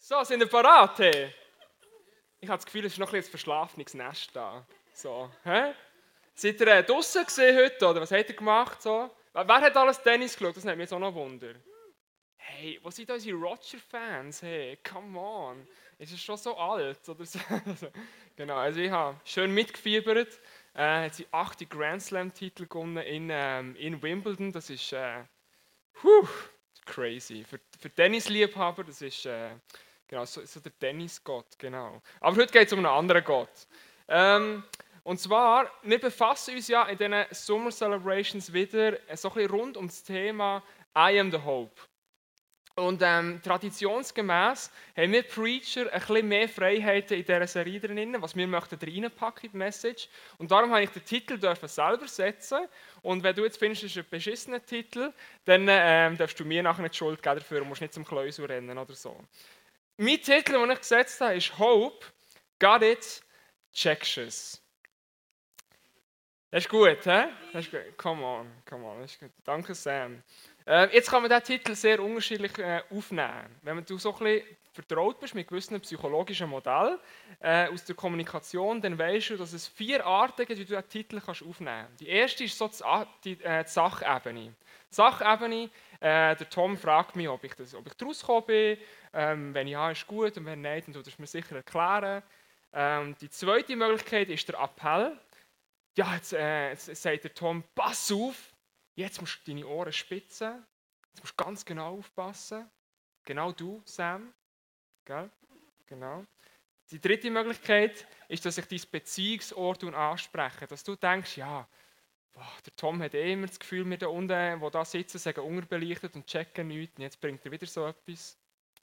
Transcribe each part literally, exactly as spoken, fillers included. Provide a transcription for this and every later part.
So, sind ihr parat? Hey? Ich habe das Gefühl, es ist noch ein, ein verschlafenes Nest da. So, hä? Seid ihr äh, draussen gesehen heute, oder was habt ihr gemacht? So? Wer wer hat alles Tennis geschaut? Das nimmt mich jetzt auch noch Wunder. Hey, wo sind unsere Roger-Fans? Hey, come on. Ist es schon so alt? Oder so? Genau, also ich habe schön mitgefiebert. Äh, hat sie acht Grand Slam-Titel gewonnen in, ähm, in Wimbledon. Das ist äh, puh, crazy. Für, für Tennisliebhaber, das ist äh, genau, so, so der Tennisgott. Genau. Aber heute geht es um einen anderen Gott. Ähm, und zwar, wir befassen uns ja in diesen Summer Celebrations wieder so ein bisschen rund um das Thema I am the Hope. Und ähm, traditionsgemäß haben wir Preacher ein bisschen mehr Freiheiten in dieser Serie drin, was wir möchten reinpacken in die Message. Und darum habe ich den Titel dürfen selber setzen. Und wenn du jetzt findest, es ist ein beschissener Titel, dann ähm, darfst du mir nachher nicht die Schuld geben dafür und musst nicht zum Kleusel rennen oder so. Mein Titel, den ich gesetzt habe, ist Hope, Got It, Checkers. Das ist gut, hä? Das ist gut. Come on, come on, das ist gut. Danke, Sam. Äh, jetzt kann man diesen Titel sehr unterschiedlich äh, aufnehmen. Wenn du so ein bisschen vertraut bist mit gewissen psychologischen Modellen äh, aus der Kommunikation, dann weißt du, dass es vier Arten gibt, wie du diesen Titel kannst aufnehmen kannst. Die erste ist so die, die, äh, die Sachebene. Die Sachebene, äh, der Tom fragt mich, ob ich, das, ob ich daraus gekommen bin. Ähm, wenn ja, ist gut, und wenn nein, dann tut es mir sicher erklären. Ähm, die zweite Möglichkeit ist der Appell. Ja, jetzt, äh, jetzt sagt der Tom, pass auf, jetzt musst du deine Ohren spitzen, jetzt musst du ganz genau aufpassen. Genau du, Sam. Gell? Genau. Die dritte Möglichkeit ist, dass ich dein Beziehungsort anspreche. Dass du denkst, ja, boah, der Tom hat eh immer das Gefühl, wir da unten, die da sitzen, sagen unterbelichtet und checken nichts. Und jetzt bringt er wieder so etwas.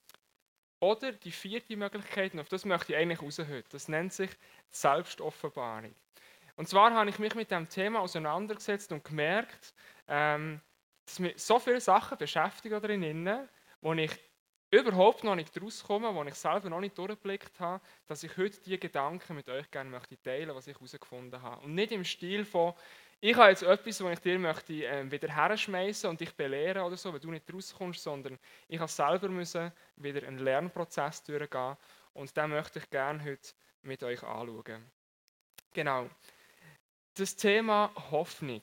Oder die vierte Möglichkeit, und auf das möchte ich eigentlich raus heute, das nennt sich Selbstoffenbarung. Und zwar habe ich mich mit dem Thema auseinandergesetzt und gemerkt, ähm, dass mich so viele Sachen beschäftigen darin, wo ich überhaupt noch nicht rauskomme, wo ich selber noch nicht durchgeblickt habe, dass ich heute diese Gedanken mit euch gerne möchte teilen, was ich herausgefunden habe. Und nicht im Stil von, ich habe jetzt etwas, was ich dir möchte, äh, wieder herschmeißen und dich belehren oder so, wenn du nicht rauskommst, sondern ich habe selber müssen wieder einen Lernprozess durchgehen und den möchte ich gerne heute mit euch anschauen. Genau. Das Thema Hoffnung.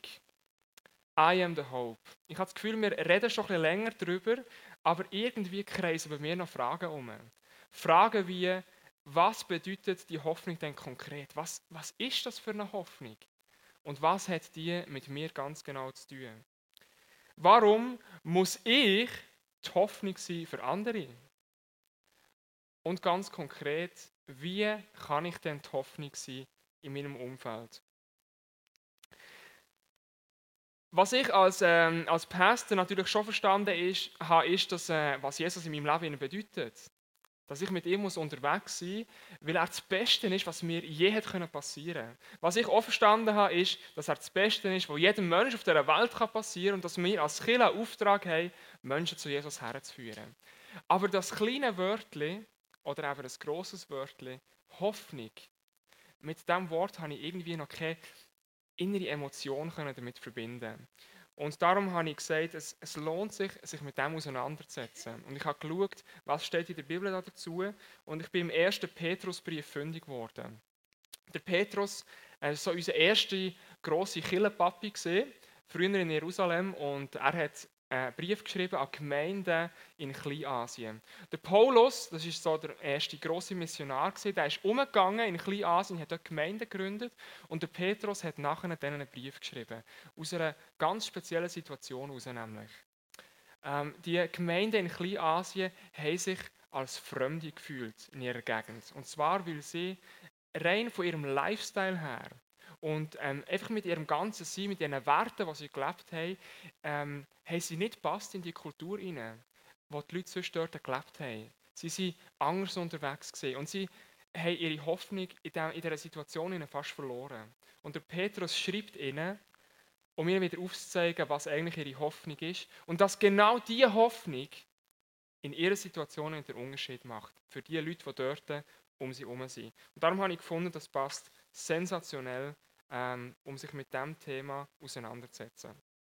I am the hope. Ich habe das Gefühl, wir reden schon ein bisschen länger darüber, aber irgendwie kreisen bei mir noch Fragen um. Fragen wie, was bedeutet die Hoffnung denn konkret? Was, was ist das für eine Hoffnung? Und was hat die mit mir ganz genau zu tun? Warum muss ich die Hoffnung sein für andere? Und ganz konkret, wie kann ich denn die Hoffnung sein in meinem Umfeld? Was ich als, ähm, als Pastor natürlich schon verstanden ist, habe, ist, dass, äh, was Jesus in meinem Leben bedeutet. Dass ich mit ihm muss unterwegs sein muss, weil er das Beste ist, was mir je hätte passieren können. Was ich auch verstanden habe, ist, dass er das Beste ist, was jedem Menschen auf dieser Welt passieren kann und dass wir als Kirche einen Auftrag haben, Menschen zu Jesus herzuführen. Aber das kleine Wörtchen, oder eben ein grosses Wörtchen, Hoffnung, mit diesem Wort habe ich irgendwie noch keine innere Emotion damit verbinden. Und darum habe ich gesagt, es, es lohnt sich, sich mit dem auseinanderzusetzen. Und ich habe geschaut, was steht in der Bibel dazu. Und ich bin im ersten Petrusbrief fündig geworden. Der Petrus war äh, so unser erster grosser Kirchenpapi, früher in Jerusalem. Und er hat einen Brief geschrieben an Gemeinden in Kleinasien. Der Paulus, das ist so der erste grosse Missionar, der ist umgegangen in Kleinasien, hat dort Gemeinden gegründet und der Petrus hat nachher denen einen Brief geschrieben. Aus einer ganz speziellen Situation heraus nämlich. Ähm, die Gemeinden in Kleinasien haben sich als Fremde gefühlt in ihrer Gegend. Und zwar, weil sie rein von ihrem Lifestyle her und ähm, einfach mit ihrem ganzen Sein, mit ihren Werten, die sie gelebt haben, ähm, haben sie nicht gepasst in die Kultur hinein, wo die Leute sonst dort gelebt haben. Sie waren anders unterwegs gewesen und sie haben ihre Hoffnung in, dem, in dieser Situation fast verloren. Und der Petrus schreibt ihnen, um ihnen wieder aufzuzeigen, was eigentlich ihre Hoffnung ist und dass genau diese Hoffnung in ihrer Situation den Unterschied macht. Für die Leute, die dort um sie herum sind. Und darum habe ich gefunden, das passt sensationell, ähm, um sich mit diesem Thema auseinanderzusetzen.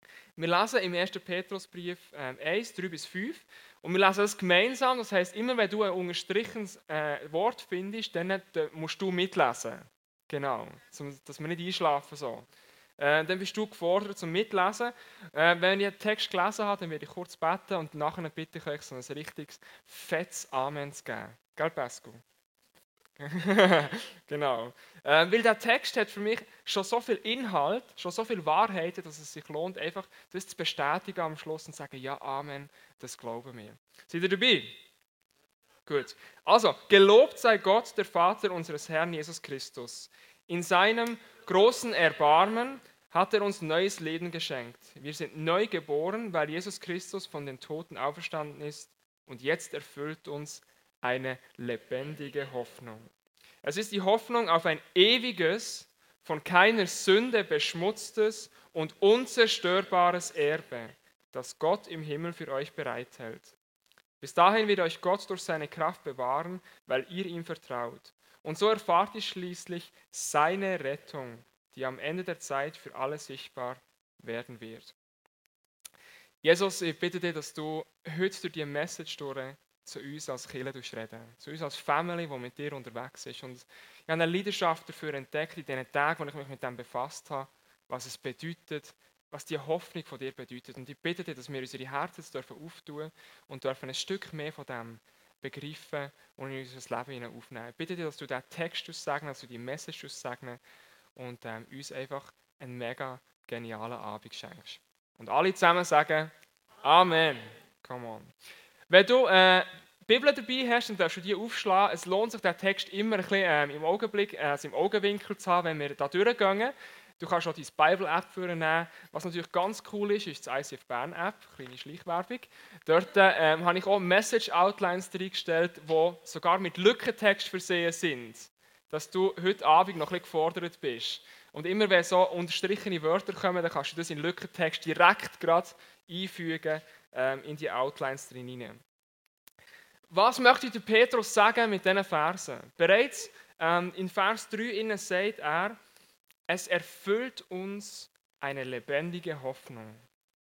Wir lesen im ersten Petrusbrief ähm, eins, drei bis fünf und wir lesen das gemeinsam. Das heisst, immer wenn du ein unterstrichenes äh, Wort findest, dann äh, musst du mitlesen. Genau, zum, dass wir nicht einschlafen so. Äh, dann bist du gefordert zum Mitlesen. Äh, wenn ich den Text gelesen habe, dann werde ich kurz beten und nachher bitte ich euch so ein richtiges fettes Amen zu geben. Gell, Pascal? Genau. Äh, weil der Text hat für mich schon so viel Inhalt, schon so viel Wahrheiten, dass es sich lohnt, einfach das zu bestätigen am Schluss und zu sagen, ja, Amen, das glauben wir. Seid ihr dabei? Gut. Also, gelobt sei Gott, der Vater unseres Herrn Jesus Christus. In seinem großen Erbarmen hat er uns neues Leben geschenkt. Wir sind neu geboren, weil Jesus Christus von den Toten auferstanden ist und jetzt erfüllt uns eine lebendige Hoffnung. Es ist die Hoffnung auf ein ewiges, von keiner Sünde beschmutztes und unzerstörbares Erbe, das Gott im Himmel für euch bereithält. Bis dahin wird euch Gott durch seine Kraft bewahren, weil ihr ihm vertraut. Und so erfahrt ihr schließlich seine Rettung, die am Ende der Zeit für alle sichtbar werden wird. Jesus, ich bitte dich, dass du heute durch diese Message durch zu uns als Kirche reden, zu uns als Family, die mit dir unterwegs ist. Und ich habe eine Leidenschaft dafür entdeckt in den Tagen, wo ich mich mit dem befasst habe, was es bedeutet, was die Hoffnung von dir bedeutet. Und ich bitte dich, dass wir unsere Herzen dürfen auftun und dürfen ein Stück mehr von dem begreifen und in unser Leben hinein aufnehmen. Ich bitte dich, dass du diesen Text aussagnen, dass du die Message aussagnen und ähm, uns einfach einen mega genialen Abend schenkst. Und alle zusammen sagen Amen. Come on. Wenn du äh, die Bibel dabei hast, dann darfst du die aufschlagen. Es lohnt sich, den Text immer ein bisschen ähm, im Augenblick, äh, also im Augenwinkel zu haben, wenn wir da durchgehen. Du kannst auch deine Bible-App nehmen. Was natürlich ganz cool ist, ist die I C F Bern-App, kleine Schleichwerbung. Dort ähm, habe ich auch Message-Outlines reingestellt, die sogar mit Lückentext versehen sind, dass du heute Abend noch ein bisschen gefordert bist. Und immer wenn so unterstrichene Wörter kommen, dann kannst du das in Lückentext direkt gerade einfügen ähm, in die Outlines drin. Was möchte der Petrus sagen mit diesen Versen? Bereits ähm, in Vers drei innen sagt er, es erfüllt uns eine lebendige Hoffnung.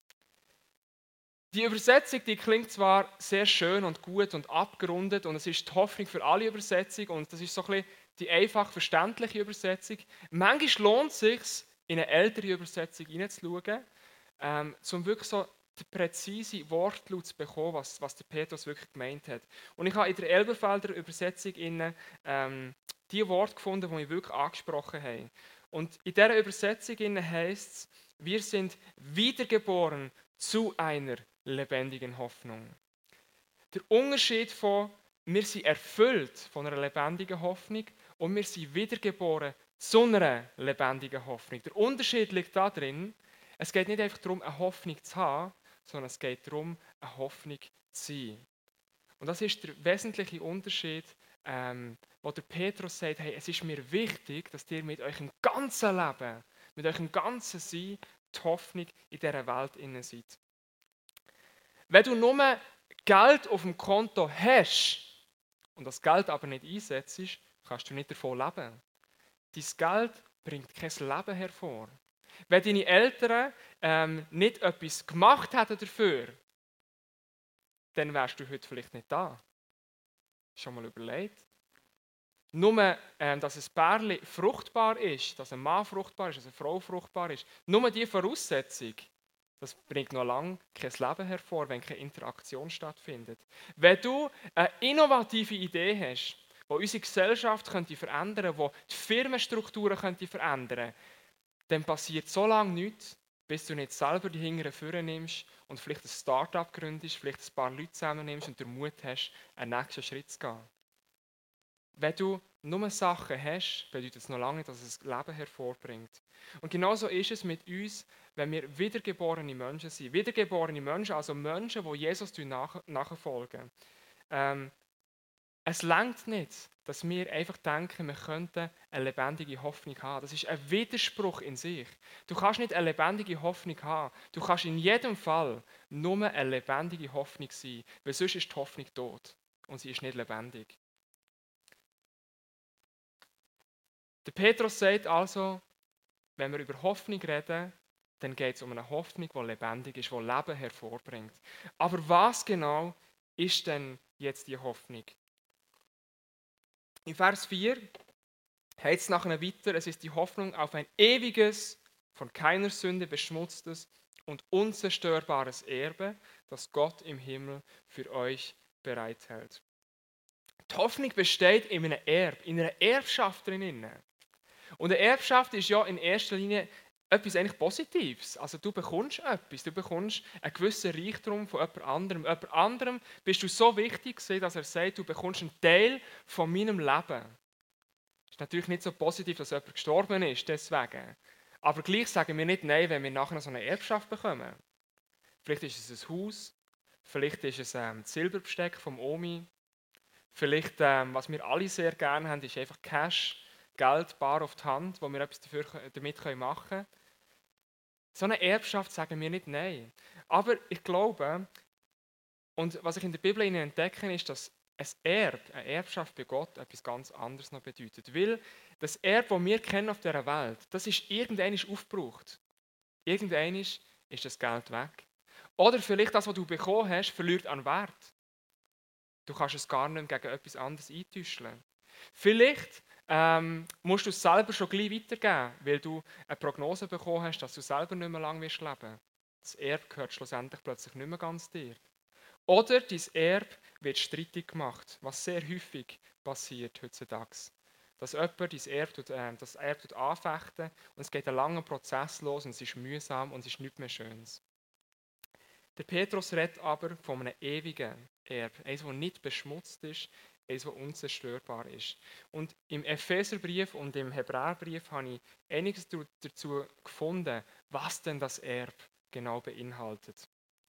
Die Übersetzung, die klingt zwar sehr schön und gut und abgerundet und es ist die Hoffnung für alle Übersetzungen und das ist so ein bisschen die einfach verständliche Übersetzung. Manchmal lohnt es sich, in eine ältere Übersetzung hineinzuschauen, ähm, um wirklich so den präzisen Wortlaut zu bekommen, was, was der Petrus wirklich gemeint hat. Und ich habe in der Elberfelder Übersetzung innen, ähm, die Worte gefunden, die mich wirklich angesprochen haben. Und in dieser Übersetzung heißt es, wir sind wiedergeboren zu einer lebendigen Hoffnung. Der Unterschied von wir sind erfüllt von einer lebendigen Hoffnung und wir sind wiedergeboren zu einer lebendigen Hoffnung. Der Unterschied liegt darin, es geht nicht einfach darum, eine Hoffnung zu haben, sondern es geht darum, eine Hoffnung zu sein. Und das ist der wesentliche Unterschied, ähm, wo der Petrus sagt, hey, es ist mir wichtig, dass ihr mit eurem ganzen Leben, mit eurem ganzen Sein die Hoffnung in dieser Welt innen seid. Wenn du nur Geld auf dem Konto hast und das Geld aber nicht einsetzt, kannst du nicht davon leben. Dein Geld bringt kein Leben hervor. Wenn deine Eltern ähm, nicht etwas gemacht hätten dafür, dann wärst du heute vielleicht nicht da. Schon mal überlegt? Nur, ähm, dass ein Pärchen fruchtbar ist, dass ein Mann fruchtbar ist, dass eine Frau fruchtbar ist, nur diese Voraussetzung, das bringt noch lange kein Leben hervor, wenn keine Interaktion stattfindet. Wenn du eine innovative Idee hast, die unsere Gesellschaft könnte verändern könnte, die die Firmenstrukturen könnte verändern könnte, dann passiert so lange nichts, bis du nicht selber die Hingere führen nimmst und vielleicht ein Start-up gründest, vielleicht ein paar Leute zusammennimmst und den Mut hast, einen nächsten Schritt zu gehen. Wenn du nur Sachen hast, bedeutet es noch lange nicht, dass es Leben hervorbringt. Und genauso ist es mit uns, wenn wir wiedergeborene Menschen sind. Wiedergeborene Menschen, also Menschen, die Jesus nach, nachfolgen. Ähm, es reicht nicht, dass wir einfach denken, wir könnten eine lebendige Hoffnung haben. Das ist ein Widerspruch in sich. Du kannst nicht eine lebendige Hoffnung haben. Du kannst in jedem Fall nur eine lebendige Hoffnung sein, weil sonst ist die Hoffnung tot und sie ist nicht lebendig. Der Petrus sagt also, wenn wir über Hoffnung reden, dann geht es um eine Hoffnung, die lebendig ist, die Leben hervorbringt. Aber was genau ist denn jetzt die Hoffnung? In Vers vier heißt es nachher weiter, es ist die Hoffnung auf ein ewiges, von keiner Sünde beschmutztes und unzerstörbares Erbe, das Gott im Himmel für euch bereithält. Die Hoffnung besteht in einem Erb, in einer Erbschaft drinnen. Und eine Erbschaft ist ja in erster Linie etwas eigentlich Positives. Also du bekommst etwas, du bekommst einen gewissen Reichtum von jemand anderem. Jemand anderem bist du so wichtig gewesen, dass er sagt, du bekommst einen Teil von meinem Leben. Es ist natürlich nicht so positiv, dass jemand gestorben ist, deswegen. Aber gleich sagen wir nicht Nein, wenn wir nachher so eine Erbschaft bekommen. Vielleicht ist es ein Haus, vielleicht ist es ähm, das Silberbesteck vom Omi, vielleicht, ähm, was wir alle sehr gerne haben, ist einfach Cash, Geld, bar auf die Hand, wo wir etwas dafür, damit machen können. So eine Erbschaft sagen wir nicht Nein. Aber ich glaube, und was ich in der Bibel entdecke, ist, dass ein Erb, eine Erbschaft bei Gott etwas ganz anderes noch bedeutet. Weil das Erb, das wir kennen auf dieser Welt, das ist irgendwann aufgebraucht. Irgendwann ist das Geld weg. Oder vielleicht das, was du bekommen hast, verliert an Wert. Du kannst es gar nicht mehr gegen etwas anderes eintäuschen. Vielleicht ähm, musst du es selber schon gleich weitergeben, weil du eine Prognose bekommen hast, dass du selber nicht mehr lange wirst leben. Das Erbe gehört schlussendlich plötzlich nicht mehr ganz dir. Oder dein Erbe wird streitig gemacht, was sehr häufig passiert heutzutage. Dass jemand dein Erbe, äh, das Erbe anfechten und es geht einen langen Prozess los und es ist mühsam und es ist nichts mehr Schönes. Der Petrus redet aber von einem ewigen Erbe, eines, das nicht beschmutzt ist, eines, das unzerstörbar ist. Und im Epheserbrief und im Hebräerbrief habe ich einiges dazu gefunden, was denn das Erbe genau beinhaltet.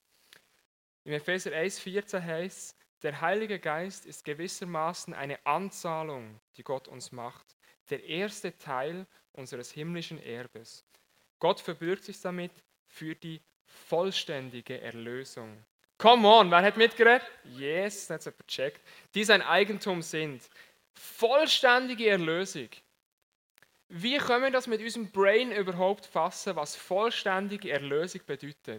Im Epheser eins vierzehn heißt es, der Heilige Geist ist gewissermaßen eine Anzahlung, die Gott uns macht, der erste Teil unseres himmlischen Erbes. Gott verbürgt sich damit für die vollständige Erlösung. Come on, wer hat mitgeredet? Yes, that's jemand gecheckt. Die sein Eigentum sind. Vollständige Erlösung. Wie können wir das mit unserem Brain überhaupt fassen, was vollständige Erlösung bedeutet?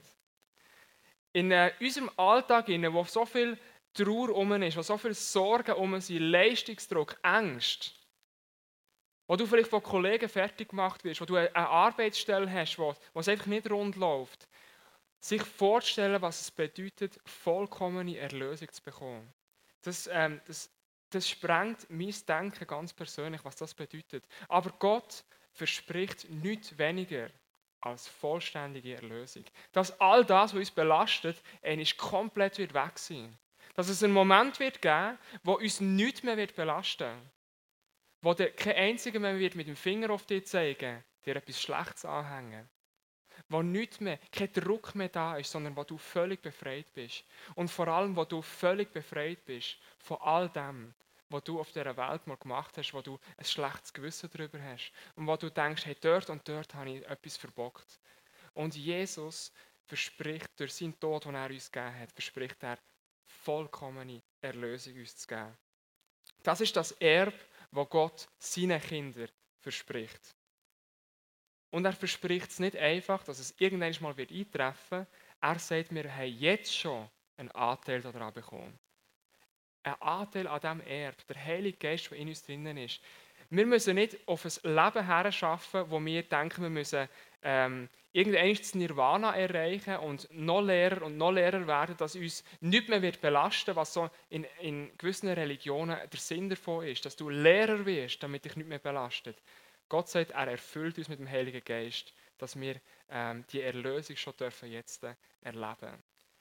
In äh, unserem Alltag, in wo so viel Trauer um ist, wo so viel Sorgen um sind, Leistungsdruck, Angst, wo du vielleicht von Kollegen fertig gemacht wirst, wo du eine Arbeitsstelle hast, wo, wo es einfach nicht rund läuft, sich vorzustellen, was es bedeutet, vollkommene Erlösung zu bekommen. Das, ähm, das, das sprengt mein Denken ganz persönlich, was das bedeutet. Aber Gott verspricht nichts weniger als vollständige Erlösung. Dass all das, was uns belastet, eigentlich komplett wird weg sein. Dass es einen Moment wird geben, wo uns nichts mehr wird belasten wird. Wo der, kein einziger mehr wird mit dem Finger auf dich zeigen, dir etwas Schlechtes anhängen. Wo nichts mehr, kein Druck mehr da ist, sondern wo du völlig befreit bist. Und vor allem, wo du völlig befreit bist von all dem, was du auf dieser Welt mal gemacht hast, wo du ein schlechtes Gewissen darüber hast. Und wo du denkst, hey, dort und dort habe ich etwas verbockt. Und Jesus verspricht durch seinen Tod, den er uns gegeben hat, verspricht er, vollkommene Erlösung uns zu geben. Das ist das Erbe, das Gott seinen Kindern verspricht. Und er verspricht es nicht einfach, dass es irgendwann mal wird eintreffen wird. Er sagt, wir haben jetzt schon einen Anteil daran bekommen. Ein Anteil an diesem Erbe, der Heilige Geist, der in uns drinnen ist. Wir müssen nicht auf ein Leben herschaffen, wo wir denken, wir müssen ähm, irgendwann das Nirvana erreichen und noch Lehrer und noch Lehrer werden, dass uns nichts mehr wird belasten, was so in, in gewissen Religionen der Sinn davon ist, dass du Lehrer wirst, damit dich nichts mehr belastet. Gott sagt, er erfüllt uns mit dem Heiligen Geist, dass wir ähm, die Erlösung schon dürfen jetzt äh, erleben.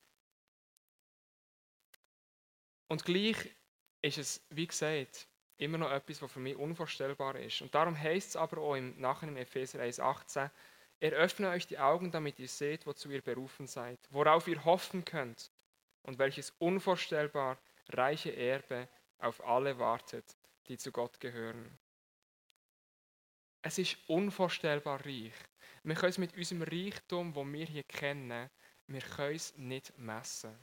Und gleich ist es, wie gesagt, immer noch etwas, was für mich unvorstellbar ist. Und darum heißt es aber auch im Nachhinein Epheser eins achtzehn, eröffne euch die Augen, damit ihr seht, wozu ihr berufen seid, worauf ihr hoffen könnt und welches unvorstellbar reiche Erbe auf alle wartet, die zu Gott gehören. Es ist unvorstellbar reich. Wir können es mit unserem Reichtum, den wir hier kennen, wir können es nicht messen.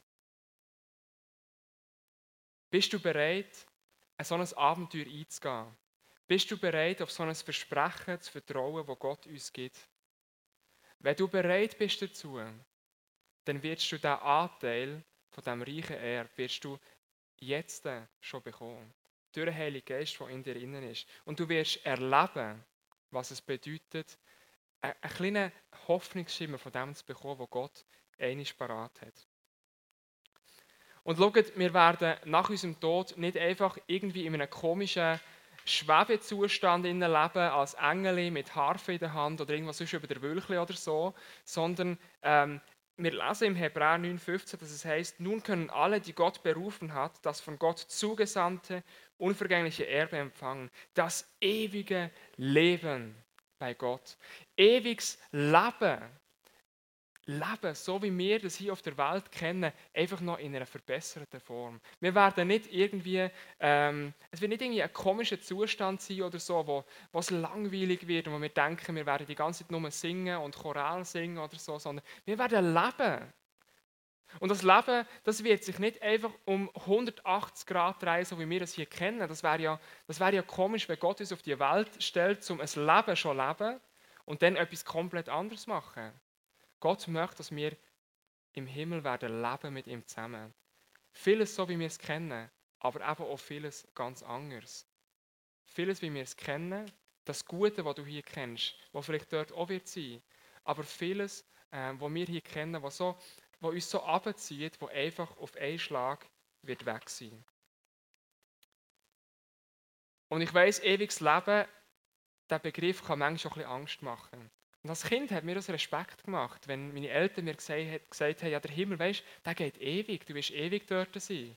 Bist du bereit, ein so ein Abenteuer einzugehen? Bist du bereit, auf so ein Versprechen zu vertrauen, das Gott uns gibt? Wenn du bereit bist dazu, dann wirst du diesen Anteil von diesem reichen Erbe wirst du jetzt schon bekommen. Durch den Heiligen Geist, der in dir innen ist. Und du wirst erleben, was es bedeutet, einen kleinen Hoffnungsschimmer von dem zu bekommen, was Gott einmal parat hat. Und schaut, wir werden nach unserem Tod nicht einfach irgendwie in einem komischen Schwebezustand leben, als Engel mit Harfe in der Hand oder irgendwas sonst über der Wölkli oder so, sondern ähm, wir lesen im Hebräer neun fünfzehn, dass es heißt: Nun können alle, die Gott berufen hat, das von Gott zugesandte, unvergängliche Erbe empfangen, das ewige Leben bei Gott. Ewiges Leben. Leben, so wie wir das hier auf der Welt kennen, einfach noch in einer verbesserten Form. Wir werden nicht irgendwie, ähm, es wird nicht irgendwie ein komischer Zustand sein oder so, wo, wo es langweilig wird und wo wir denken, wir werden die ganze Zeit nur singen und Choral singen oder so, sondern wir werden leben. Und das Leben, das wird sich nicht einfach um hundertachtzig Grad drehen, so wie wir das hier kennen. Das wäre ja, das wäre ja komisch, wenn Gott uns auf die Welt stellt, um ein Leben schon zu leben und dann etwas komplett anderes machen. Gott möchte, dass wir im Himmel werden leben mit ihm zusammen. Vieles so, wie wir es kennen, aber eben auch vieles ganz anderes. Vieles, wie wir es kennen, das Gute, was du hier kennst, was vielleicht dort auch wird sein, aber vieles, äh, was wir hier kennen, was, so, was uns so abzieht, was einfach auf einen Schlag wird weg sein. Und ich weiss, ewiges Leben, der Begriff kann manchmal auch ein bisschen Angst machen. Und als Kind hat mir das Respekt gemacht, wenn meine Eltern mir gesagt, gesagt haben, ja, der Himmel, weißt, der geht ewig, du wirst ewig dort sein.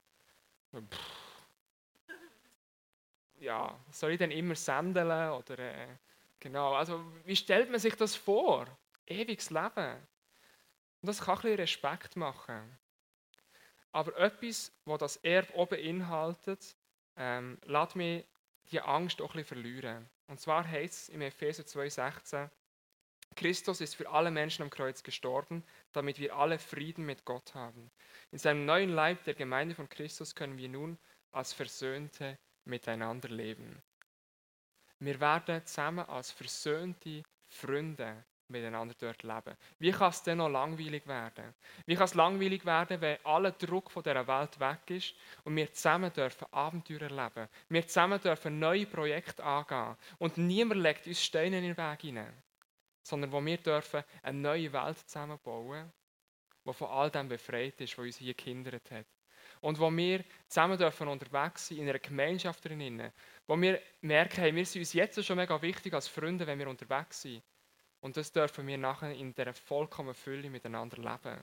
Ja, soll ich denn immer sendeln? Oder, äh, genau, also wie stellt man sich das vor? Ewiges Leben. Und das kann ein bisschen Respekt machen. Aber etwas, was das Erbe auch beinhaltet, ähm, lässt mich die Angst auch ein bisschen verlieren. Und zwar heißt es im Epheser zwei sechzehn, Christus ist für alle Menschen am Kreuz gestorben, damit wir alle Frieden mit Gott haben. In seinem neuen Leib, der Gemeinde von Christus, können wir nun als Versöhnte miteinander leben. Wir werden zusammen als versöhnte Freunde miteinander dort leben. Wie kann es denn noch langweilig werden? Wie kann es langweilig werden, wenn aller Druck von dieser Welt weg ist und wir zusammen dürfen Abenteuer erleben? Wir zusammen dürfen neue Projekte angehen und niemand legt uns Steine in den Weg hinein, sondern wo wir dürfen eine neue Welt zusammenbauen, die von all dem befreit ist, was uns hier gehindert hat. Und wo wir zusammen dürfen unterwegs sein in einer Gemeinschaft drinnen, wo wir merken, hey, wir sind uns jetzt schon mega wichtig als Freunde, wenn wir unterwegs sind. Und das dürfen wir nachher in dieser vollkommenen Fülle miteinander leben.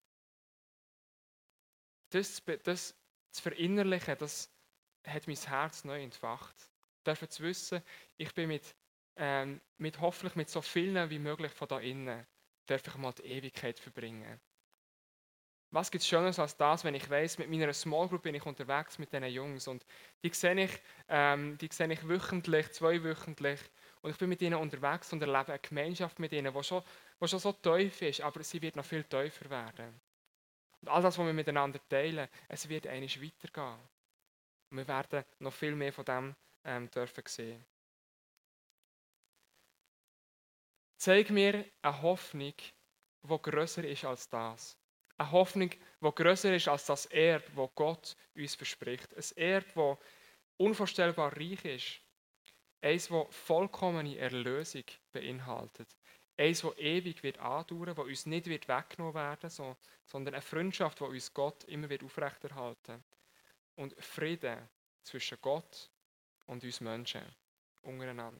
Das, das zu verinnerlichen, das hat mein Herz neu entfacht. Dürfen zu wissen, ich bin mit, ähm, mit hoffentlich mit so vielen wie möglich von da innen, darf ich mal die Ewigkeit verbringen. Was gibt es Schöneres als das, wenn ich weiss, mit meiner Small Group bin ich unterwegs mit diesen Jungs und die sehe ich, ähm, die sehe ich wöchentlich, zweiwöchentlich und ich bin mit ihnen unterwegs und erlebe eine Gemeinschaft mit ihnen, die schon, die schon so tief ist, aber sie wird noch viel tiefer werden. Und all das, was wir miteinander teilen, es wird eigentlich weitergehen. Und wir werden noch viel mehr von dem ähm, dürfen sehen. Zeig mir eine Hoffnung, die grösser ist als das. Eine Hoffnung, die grösser ist als das Erbe, das Gott uns verspricht. Ein Erbe, das unvorstellbar reich ist. Eins, das vollkommene Erlösung beinhaltet. Eins, das ewig wird andauern, das uns nicht wird weggenommen werden so, sondern eine Freundschaft, die uns Gott immer wird aufrechterhalten. Und Frieden zwischen Gott und uns Menschen untereinander.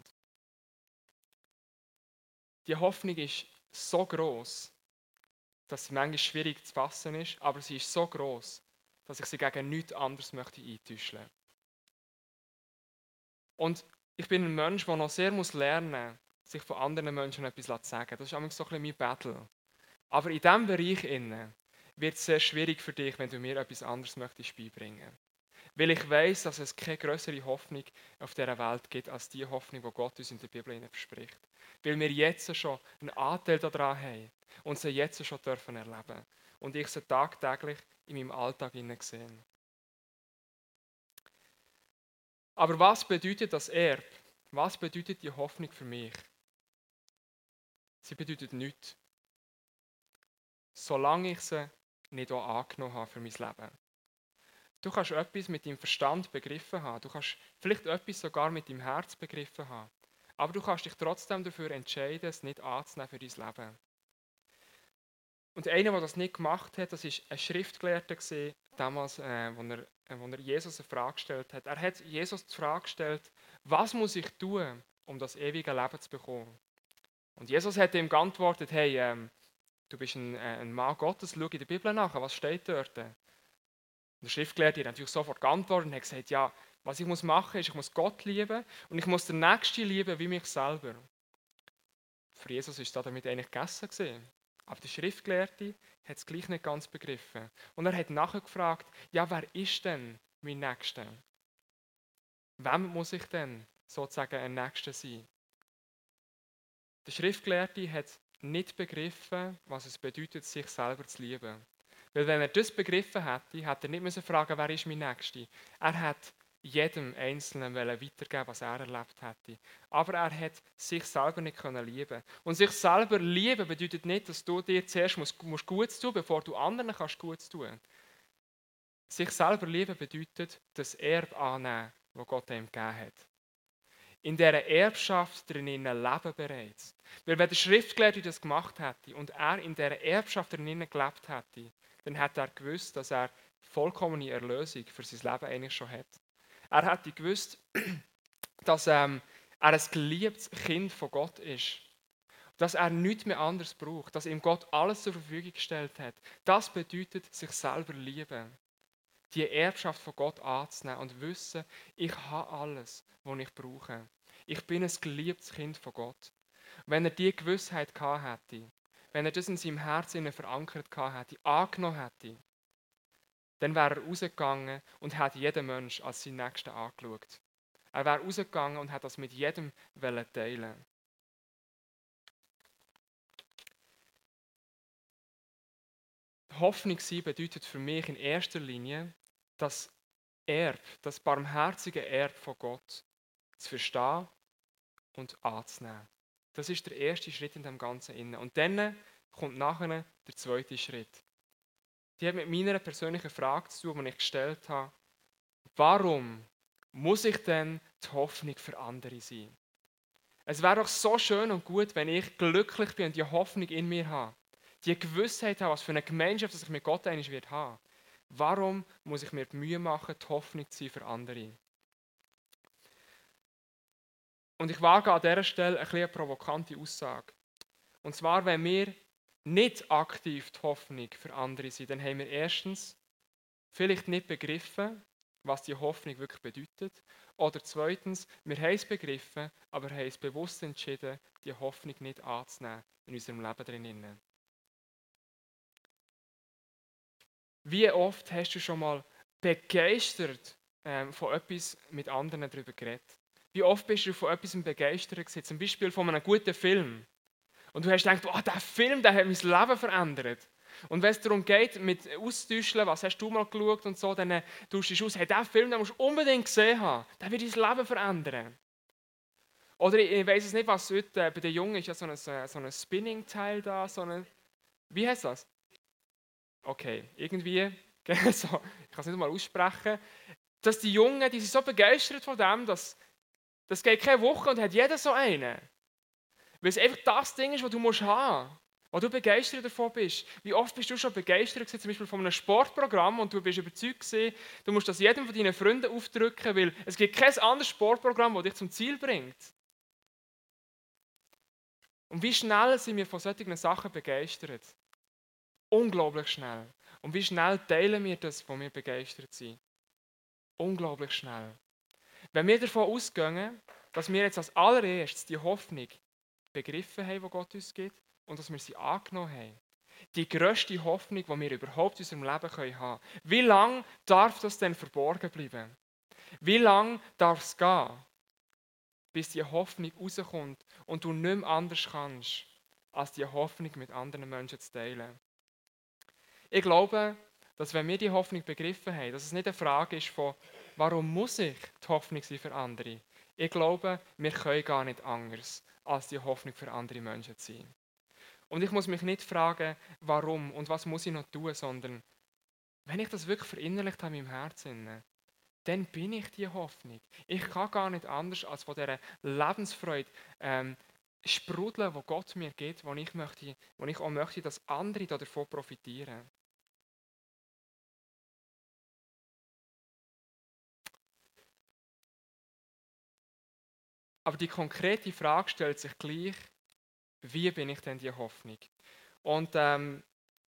Die Hoffnung ist so gross, dass sie manchmal schwierig zu fassen ist, aber sie ist so gross, dass ich sie gegen nichts anderes möchte eintäuschen. Und ich bin ein Mensch, der noch sehr muss lernen muss, sich von anderen Menschen etwas zu sagen. Das ist so ein bisschen mein Battle. Aber in diesem Bereich innen wird es sehr schwierig für dich, wenn du mir etwas anderes möchtest beibringen. Weil ich weiss, dass es keine größere Hoffnung auf dieser Welt gibt, als die Hoffnung, die Gott uns in der Bibel verspricht. Weil wir jetzt schon einen Anteil daran haben und sie jetzt schon dürfen erleben. Und ich sie tagtäglich in meinem Alltag sehen. Aber was bedeutet das Erbe? Was bedeutet die Hoffnung für mich? Sie bedeutet nichts. solange ich sie nicht auch angenommen habe für mein Leben. Du kannst etwas mit deinem Verstand begriffen haben, du kannst vielleicht etwas sogar mit deinem Herz begriffen haben, aber du kannst dich trotzdem dafür entscheiden, es nicht anzunehmen für dein Leben. Und einer, der das nicht gemacht hat, das war ein Schriftgelehrter, damals, äh, wo, er, äh, wo er Jesus eine Frage gestellt hat. Er hat Jesus die Frage gestellt, was muss ich tun, um das ewige Leben zu bekommen? Und Jesus hat ihm geantwortet, hey, ähm, du bist ein, äh, ein Mann Gottes, schau in der Bibel nach, was steht dort? Und der Schriftgelehrte hat natürlich sofort geantwortet und hat gesagt, ja, was ich muss machen ist, ich muss Gott lieben und ich muss den Nächsten lieben wie mich selber. Für Jesus ist das damit eigentlich gegessen gewesen. Aber der Schriftgelehrte hat es gleich nicht ganz begriffen. Und er hat nachher gefragt, ja, wer ist denn mein Nächster? Wem muss ich denn sozusagen ein Nächster sein? Der Schriftgelehrte hat nicht begriffen, was es bedeutet, sich selber zu lieben. Weil wenn er das begriffen hätte, hätte er nicht müssen fragen, wer ist mein Nächster. Er hat jedem Einzelnen weitergeben, was er erlebt hätte. Aber er hat sich selber nicht lieben. Und sich selber lieben bedeutet nicht, dass du dir zuerst musst, musst Gutes tun, bevor du anderen kannst Gutes tun. Sich selber lieben bedeutet, das Erbe annehmen, das Gott ihm gegeben hat. In dieser Erbschaft drinnen leben bereits. Weil wenn der Schriftgelehrte das gemacht hätte und er in dieser Erbschaft drinnen gelebt hätte, dann hätte er gewusst, dass er vollkommene Erlösung für sein Leben eigentlich schon hat. Er hätte gewusst, dass ähm, er ein geliebtes Kind von Gott ist. Dass er nichts mehr anderes braucht. Dass ihm Gott alles zur Verfügung gestellt hat. Das bedeutet, sich selber lieben. Die Erbschaft von Gott anzunehmen und wissen, ich habe alles, was ich brauche. Ich bin ein geliebtes Kind von Gott. Wenn er diese Gewissheit gehabt hätte, wenn er das in seinem Herzen verankert gehabt hätte, angenommen hätte, dann wäre er rausgegangen und hätte jeden Menschen als seinen Nächsten angeschaut. Er wäre rausgegangen und hätte das mit jedem teilen. Hoffnung sein bedeutet für mich in erster Linie, das Erb, das barmherzige Erb von Gott zu verstehen und anzunehmen. Das ist der erste Schritt in dem Ganzen inne. Und dann kommt nachher der zweite Schritt. Die hat mit meiner persönlichen Frage zu tun, die ich gestellt habe. Warum muss ich denn die Hoffnung für andere sein? Es wäre doch so schön und gut, wenn ich glücklich bin und die Hoffnung in mir habe. Die Gewissheit habe, was für eine Gemeinschaft dass ich mit Gott einmal wird haben. Warum muss ich mir die Mühe machen, die Hoffnung zu sein für andere? Und ich wage an dieser Stelle ein eine provokante Aussage. Und zwar, wenn wir nicht aktiv die Hoffnung für andere sind, dann haben wir erstens vielleicht nicht begriffen, was die Hoffnung wirklich bedeutet. Oder zweitens, wir haben es begriffen, aber haben es bewusst entschieden, die Hoffnung nicht anzunehmen in unserem Leben drinnen. Wie oft hast du schon mal begeistert ähm, von etwas mit anderen darüber geredet? Wie oft bist du von etwas begeistert gewesen? Zum Beispiel von einem guten Film. Und du hast gedacht, oh, der Film, der hat mein Leben verändert. Und wenn es darum geht, mit auszutauschen, was hast du mal geschaut und so, dann tauschst du aus, hey, diesen Film den musst du unbedingt gesehen haben. Der wird dein Leben verändern. Oder ich, ich weiss es nicht, was heute äh, bei den Jungen ist ja so ein, so ein Spinning-Teil da, so ein, wie heißt das? Okay, irgendwie, so, ich kann es nicht mal aussprechen, dass die Jungen, die sind so begeistert von dem, dass das geht keine Woche und hat jeder so einen. Weil es einfach das Ding ist, was du musst haben musst. Wo du begeistert davon bist. Wie oft bist du schon begeistert gewesen, zum Beispiel von einem Sportprogramm und du bist überzeugt gewesen, du musst das jedem von deinen Freunden aufdrücken, weil es gibt kein anderes Sportprogramm, das dich zum Ziel bringt. Und wie schnell sind wir von solchen Sachen begeistert? Unglaublich schnell. Und wie schnell teilen wir das, wo wir begeistert sind? Unglaublich schnell. Wenn wir davon ausgehen, dass wir jetzt als allererstes die Hoffnung begriffen haben, die Gott uns gibt, und dass wir sie angenommen haben. Die grösste Hoffnung, die wir überhaupt in unserem Leben haben können. Wie lange darf das denn verborgen bleiben? Wie lange darf es gehen, bis die Hoffnung rauskommt und du nicht mehr anders kannst, als die Hoffnung mit anderen Menschen zu teilen? Ich glaube, dass wenn wir die Hoffnung begriffen haben, dass es nicht eine Frage ist von, warum muss ich die Hoffnung sein für andere? Ich glaube, wir können gar nicht anders, als die Hoffnung für andere Menschen zu sein. Und ich muss mich nicht fragen, warum und was muss ich noch tun, sondern wenn ich das wirklich verinnerlicht habe in meinem Herzen, dann bin ich die Hoffnung. Ich kann gar nicht anders, als von dieser Lebensfreude ähm, sprudeln, die Gott mir gibt, wo ich, möchte, wo ich auch möchte, dass andere davon profitieren. Aber die konkrete Frage stellt sich gleich, wie bin ich denn die Hoffnung? Und ähm,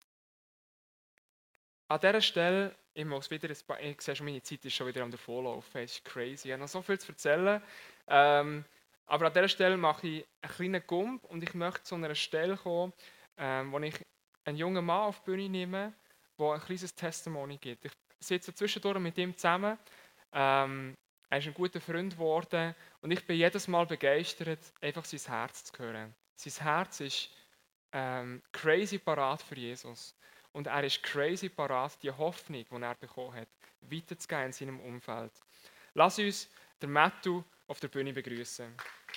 an dieser Stelle, ich muss wieder, ein paar, ich sehe schon, meine Zeit ist schon wieder am Davonlaufen, es ist crazy, ich habe noch so viel zu erzählen. Ähm, aber an dieser Stelle mache ich einen kleinen Gump und ich möchte zu einer Stelle kommen, ähm, wo ich einen jungen Mann auf die Bühne nehme, der ein kleines Testimony gibt. Ich sitze zwischendurch mit ihm zusammen, ähm, er ist ein guter Freund geworden und ich bin jedes Mal begeistert, einfach sein Herz zu hören. Sein Herz ist ähm, crazy parat für Jesus. Und er ist crazy parat, die Hoffnung, die er bekommen hat, weiterzugeben in seinem Umfeld. Lass uns den Matthew auf der Bühne begrüßen.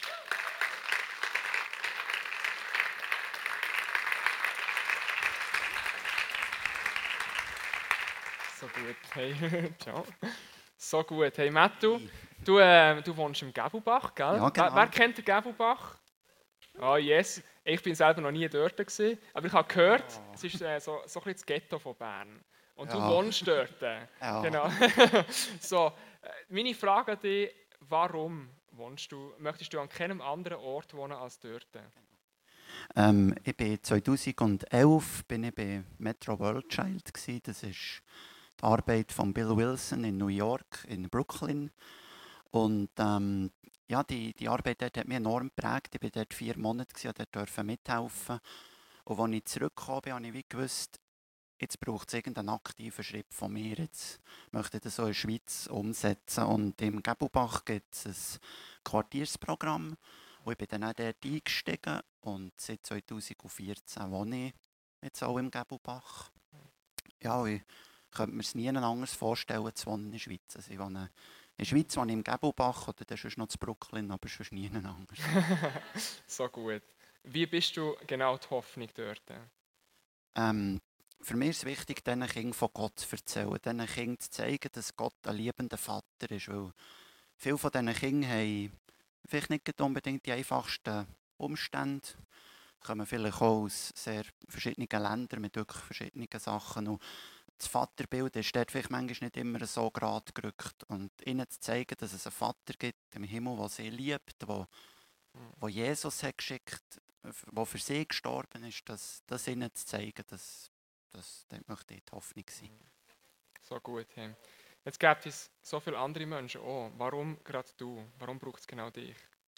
So gut. Hey, ciao. So gut. Hey Matthew, du, äh, du wohnst im Gäbelbach, gell? Ja, genau. Wer, wer kennt den Gäbelbach? Ah, oh, yes. Ich bin selber noch nie dort gewesen, aber ich habe gehört, oh. es ist äh, so, so ein bisschen das Ghetto von Bern. Und ja. Du wohnst dort. Ja. Genau. So, äh, meine Frage an dich, warum wohnst du, möchtest du an keinem anderen Ort wohnen als dort? Ähm, ich bin zweitausendelf bin ich bei Metro World Child gewesen. Das ist die Arbeit von Bill Wilson in New York, in Brooklyn. Und ähm, ja, die, die Arbeit dort hat mich enorm geprägt. Ich war dort vier Monate gewesen, und durfte mithelfen. Und als ich zurückgekommen bin, habe ich wie gewusst, jetzt braucht es irgendeinen aktiven Schritt von mir. Jetzt möchte ich das so in der Schweiz umsetzen. Und im Gäbelbach gibt es ein Quartiersprogramm. Und ich bin dann auch dort eingestiegen. Und seit zweitausendvierzehn wohne ich jetzt auch im Gäbelbach. Ja, und ich könnte mir es nie anders vorstellen, zu wohnen in der Schweiz. Also ich wohne in der Schweiz wohne ich im Gäbelbach oder dann sonst noch zu Brooklyn, aber sonst nie anders. So gut. Wie bist du genau die Hoffnung dort? Ähm, für mich ist es wichtig, diesen Kindern von Gott zu erzählen, diesen Kindern zu zeigen, dass Gott ein liebender Vater ist. Weil viele von diesen Kindern haben vielleicht nicht unbedingt die einfachsten Umstände, kommen vielleicht auch aus sehr verschiedenen Ländern mit wirklich verschiedenen Sachen. Und das Vaterbild ist dort vielleicht manchmal nicht immer so gerade gerückt. Und ihnen zu zeigen, dass es einen Vater gibt im Himmel, der sie liebt, der, der Jesus hat geschickt, der für sie gestorben ist, das, das ihnen zu zeigen, dass das, das möchte ich die Hoffnung sein. So gut. Hey. Jetzt gibt es so viele andere Menschen auch. Warum gerade du? Warum braucht es genau dich?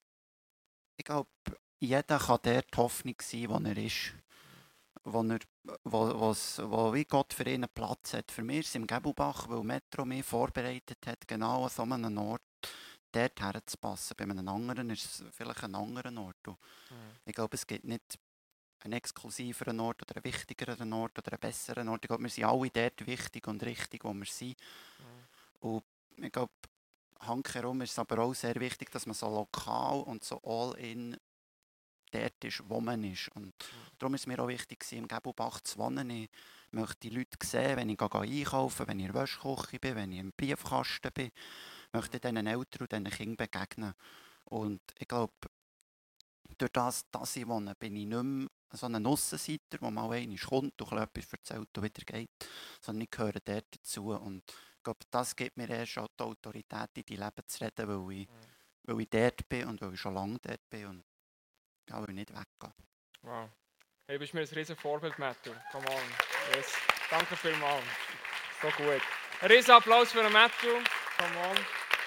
Ich glaube, jeder kann dort die Hoffnung sein, wo er ist. Wo, er, wo, wo wie Gott für ihn einen Platz hat. Für mich ist es im Gäbelbach, weil Metro mich vorbereitet hat, genau an so einem Ort dort herzupassen. Bei einem anderen ist es vielleicht ein anderer Ort. Und mhm. Ich glaube, es gibt nicht einen exklusiveren Ort oder einen wichtigeren Ort oder einen besseren Ort. Ich glaube, wir sind alle dort wichtig und richtig, wo wir sind. Mhm. Und ich glaube, handherum ist es aber auch sehr wichtig, dass man so lokal und so all-in dort ist, wo man ist. Und darum ist es mir auch wichtig, im Gäbelbach zu wohnen. Ich möchte die Leute sehen, wenn ich einkaufe, wenn ich in der Wäschküche bin, wenn ich im Briefkasten bin. Ich möchte diesen Eltern und diesen Kindern begegnen. Und ich glaube, durch das, dass ich wohne, bin ich nicht mehr so ein Aussenseiter, der mal einmal kommt und etwas erzählt und wieder geht, sondern ich gehöre dort dazu. Und ich glaube, das gibt mir erst auch die Autorität, in die Leben zu reden, weil ich, weil ich dort bin und weil ich schon lange dort bin. Und ja, will nicht weggehen. Wow. Hey, du bist mir ein riesen Vorbild, Matthew. Come on. Yes. Danke vielmals. So gut. Ein riesen Applaus für den Matthew. Come on.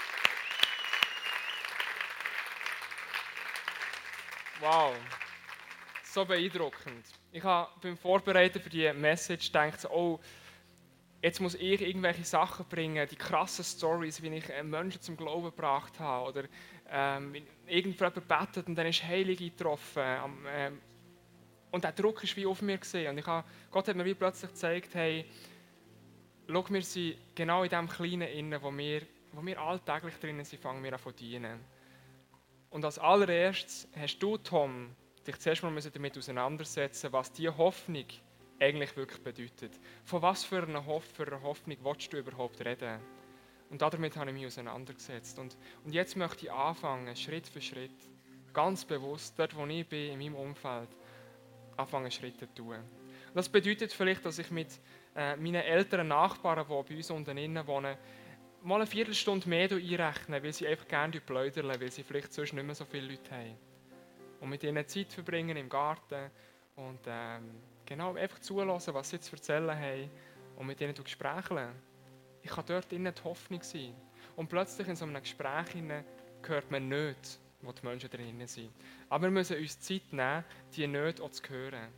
Wow. So beeindruckend. Ich habe beim Vorbereiten für die Message gedacht, oh, jetzt muss ich irgendwelche Sachen bringen, die krassen Stories, wie ich Menschen zum Glauben gebracht habe. Oder ähm, irgendjemand betet und dann ist Heilige getroffen. Ähm, und der Druck ist wie auf mir gesehen. Und ich habe, Gott hat mir wie plötzlich gezeigt, hey, schau, wir sind genau in dem Kleinen innen, wo wir, wo wir alltäglich drinnen sind, fangen wir an zu dienen. Und als allererstes hast du, Tom, dich zuerst mal damit auseinandersetzen, was diese Hoffnung eigentlich wirklich bedeutet. Von was für einer, Hoff- für einer Hoffnung willst du überhaupt reden? Und damit habe ich mich auseinandergesetzt. Und, und jetzt möchte ich anfangen, Schritt für Schritt, ganz bewusst, dort wo ich bin, in meinem Umfeld, anfangen Schritte zu tun. Und das bedeutet vielleicht, dass ich mit äh, meinen älteren Nachbarn, die bei uns unten innen wohnen, mal eine Viertelstunde mehr einrechnen, weil sie einfach gerne plaudern, weil sie vielleicht sonst nicht mehr so viele Leute haben. Und mit ihnen Zeit verbringen im Garten und ähm, genau einfach zulassen, was sie zu erzählen haben und mit ihnen Gespräche. Ich kann dort innen die Hoffnung sein. Und plötzlich in so einem Gespräch hört man nicht, wo die Menschen drin sind. Aber wir müssen uns Zeit nehmen, die nicht auch zu hören.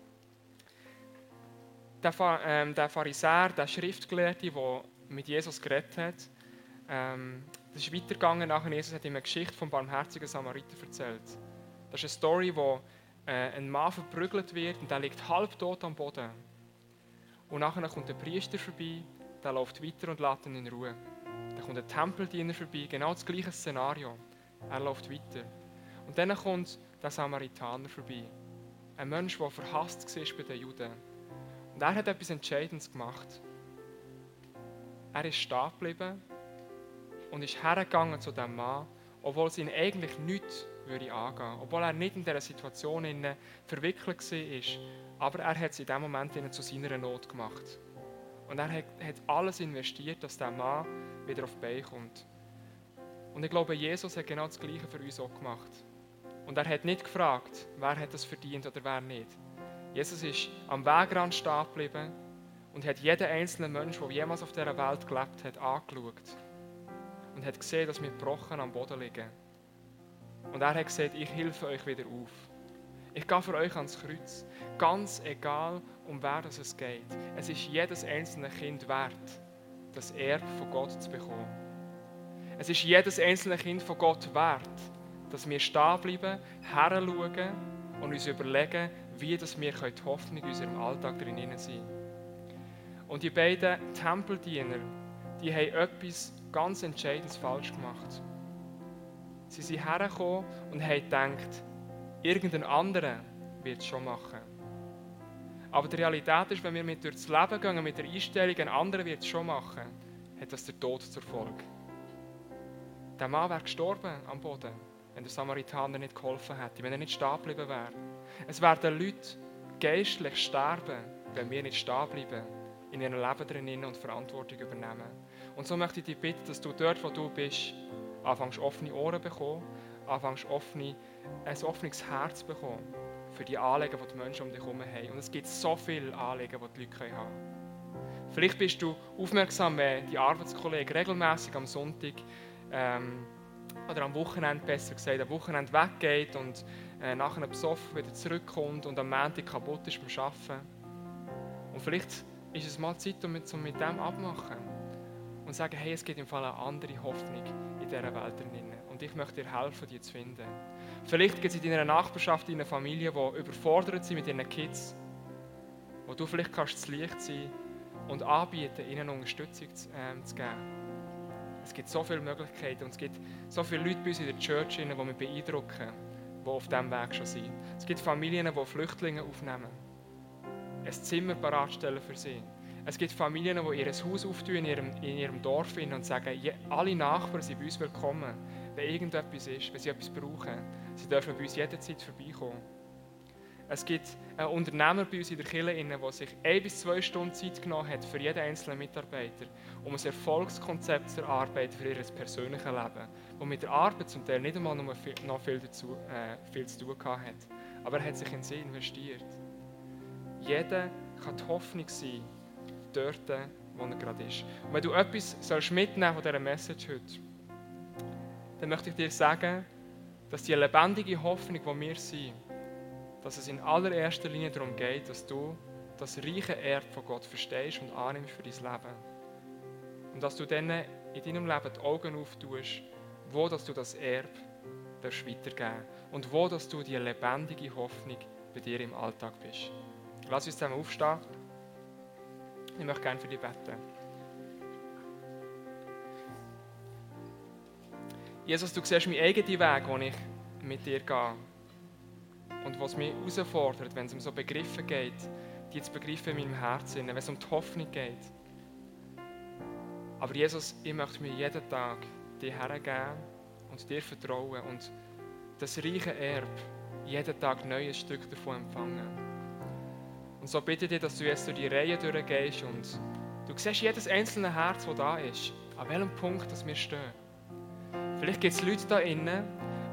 Der, ähm, der Pharisäer, der Schriftgelehrte, der mit Jesus geredet hat, ähm, das ist weitergegangen nachher. Jesus hat ihm eine Geschichte vom barmherzigen Samariter erzählt. Das ist eine Story, wo äh, ein Mann verprügelt wird und der liegt halbtot am Boden. Und nachher kommt der Priester vorbei, der läuft weiter und lässt ihn in Ruhe. Dann kommt ein Tempeldiener vorbei, genau das gleiche Szenario. Er läuft weiter. Und dann kommt der Samaritaner vorbei. Ein Mensch, der verhasst war bei den Juden. Und er hat etwas Entscheidendes gemacht. Er ist stehen geblieben und ist hergegangen zu diesem Mann, obwohl es ihn eigentlich nichts würde angehen. Obwohl er nicht in dieser Situation verwickelt war. Aber er hat es in diesem Moment zu seiner Not gemacht. Und er hat, hat alles investiert, dass der Mann wieder auf die Beine kommt. Und ich glaube, Jesus hat genau das Gleiche für uns auch gemacht. Und er hat nicht gefragt, wer hat das verdient oder wer nicht. Jesus ist am Wegrand stehen geblieben und hat jeden einzelnen Menschen, der jemals auf dieser Welt gelebt hat, angeschaut. Und hat gesehen, dass wir gebrochen am Boden liegen. Und er hat gesagt, ich helfe euch wieder auf. Ich gehe für euch ans Kreuz. Ganz egal, um wer es geht. Es ist jedes einzelne Kind wert, das Erbe von Gott zu bekommen. Es ist jedes einzelne Kind von Gott wert, dass wir stehen bleiben, heranschauen und uns überlegen, wie dass wir die Hoffnung in unserem Alltag drin sein. Und die beiden Tempeldiener, die haben etwas ganz Entscheidendes falsch gemacht. Sie sind hergekommen und haben gedacht, irgendein anderer wird es schon machen. Aber die Realität ist, wenn wir mit durchs Leben gehen, mit der Einstellung, ein anderer wird es schon machen, hat das der Tod zur Folge. Der Mann wäre gestorben am Boden, wenn der Samaritaner nicht geholfen hätte, wenn er nicht stehen geblieben wäre. Es werden Leute geistlich sterben, wenn wir nicht stehen bleiben, in ihrem Leben drinnen und Verantwortung übernehmen. Und so möchte ich dich bitten, dass du dort, wo du bist, anfängst offene Ohren bekommen, anfängst offene, ein offenes Herz bekommen für die Anliegen, die die Menschen um dich herum haben. Und es gibt so viele Anliegen, die die Leute haben können. Vielleicht bist du aufmerksam, wenn die Arbeitskollegen regelmäßig am Sonntag ähm, oder am Wochenende, besser gesagt, am Wochenende weggeht und äh, nachher besoffen wieder zurückkommt und am Montag kaputt ist beim Arbeiten. Und vielleicht ist es mal Zeit, um mit, um mit dem abmachen und sagen, hey, es gibt im Fall eine andere Hoffnung in dieser Welt drin. Und ich möchte dir helfen, die zu finden. Vielleicht gibt es in deiner Nachbarschaft eine Familie, die überfordert sind mit ihren Kids, wo du vielleicht kannst das Licht sein und anbieten, ihnen Unterstützung zu, ähm, zu geben. Es gibt so viele Möglichkeiten und es gibt so viele Leute bei uns in der Church, die mich beeindrucken, die auf diesem Weg schon sind. Es gibt Familien, die Flüchtlinge aufnehmen, ein Zimmer bereitstellen für sie. Es gibt Familien, die ihr Haus auftun in ihrem, in ihrem Dorf und sagen, alle Nachbarn sind bei uns willkommen, wenn irgendetwas ist, wenn sie etwas brauchen. Sie dürfen bei uns jederzeit vorbeikommen. Es gibt einen Unternehmer bei uns in der Kirche, der sich ein bis zwei Stunden Zeit genommen hat für jeden einzelnen Mitarbeiter, um ein Erfolgskonzept zu erarbeiten für ihr persönliches Leben, das mit der Arbeit zum Teil nicht einmal noch viel, noch viel, dazu, äh, viel zu tun hat. Aber er hat sich in sie investiert. Jeder kann die Hoffnung sein, dort, wo er gerade ist. Und wenn du etwas sollst mitnehmen von dieser Message heute, dann möchte ich dir sagen, dass die lebendige Hoffnung, die wir sind, dass es in allererster Linie darum geht, dass du das reiche Erbe von Gott verstehst und annimmst für dein Leben. Und dass du dann in deinem Leben die Augen auftust, wo dass du das Erbe darfst weitergeben und wo dass du die lebendige Hoffnung bei dir im Alltag bist. Lass uns zusammen aufstehen. Ich möchte gerne für dich beten. Jesus, du siehst meinen eigenen Weg, den ich mit dir gehe. Und und was mich herausfordert, wenn es um so Begriffe geht, die zu begreifen in meinem Herzen, wenn es um die Hoffnung geht. Aber Jesus, ich möchte mir jeden Tag dir hergeben und dir vertrauen und das reiche Erbe jeden Tag neu ein Stück davon empfangen. Und so bitte ich dich, dass du jetzt durch die Reihe durchgehst und du siehst jedes einzelne Herz, das da ist, an welchem Punkt dass wir stehen. Vielleicht gibt es Leute da innen,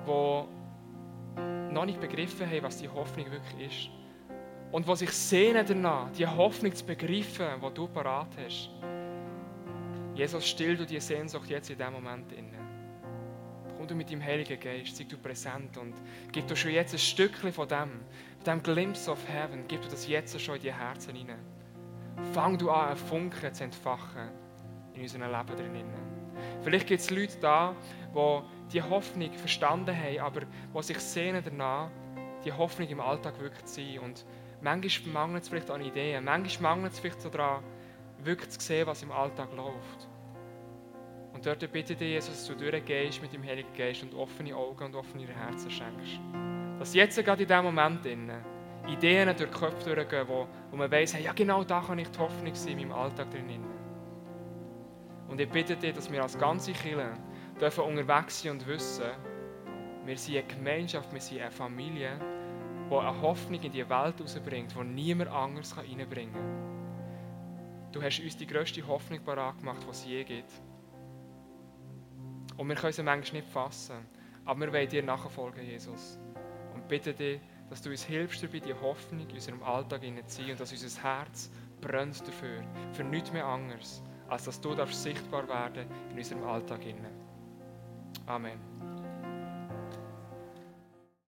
die noch nicht begriffen haben, was die Hoffnung wirklich ist. Und die sich sehnen danach, die Hoffnung zu begreifen, die du parat hast. Jesus, still du die Sehnsucht jetzt in diesem Moment inne. Komm du mit deinem Heiligen Geist, sei du präsent und gib du schon jetzt ein Stückchen von dem, von dem Glimpse of Heaven, gib du das jetzt schon in die Herzen hinein. Fang du an, einen Funken zu entfachen in unserem Leben drinnen. Vielleicht gibt es Leute da, die die Hoffnung verstanden haben, aber die sich sehnen danach, die Hoffnung im Alltag wirklich zu sein. Und manchmal mangelt es vielleicht an Ideen, manchmal mangelt es vielleicht so daran, wirklich zu sehen, was im Alltag läuft. Und dort bitte ich dich, Jesus, dass du durchgehst mit dem Heiligen Geist und offene Augen und offene Herzen schenkst. Dass jetzt gerade in diesem Moment innen Ideen durch die Köpfe durchgehen, wo, wo man weiss, hey, ja genau da kann ich die Hoffnung sein in meinem Alltag drin. Und ich bitte dich, dass wir als ganze Kirche dürfen unterwegs sein und wissen, wir sind eine Gemeinschaft, wir sind eine Familie, die eine Hoffnung in die Welt herausbringt, die niemand anderes reinbringen kann. Du hast uns die grösste Hoffnung parat gemacht, die es je gibt. Und wir können sie manchmal nicht fassen, aber wir wollen dir nachfolgen, Jesus. Und bitte dich, dass du uns hilfst, dabei die Hoffnung in unserem Alltag hineinzuziehen und dass unser Herz brennt dafür, für nichts mehr anderes, als dass du darfst sichtbar werden in unserem Alltag hinein. Amen.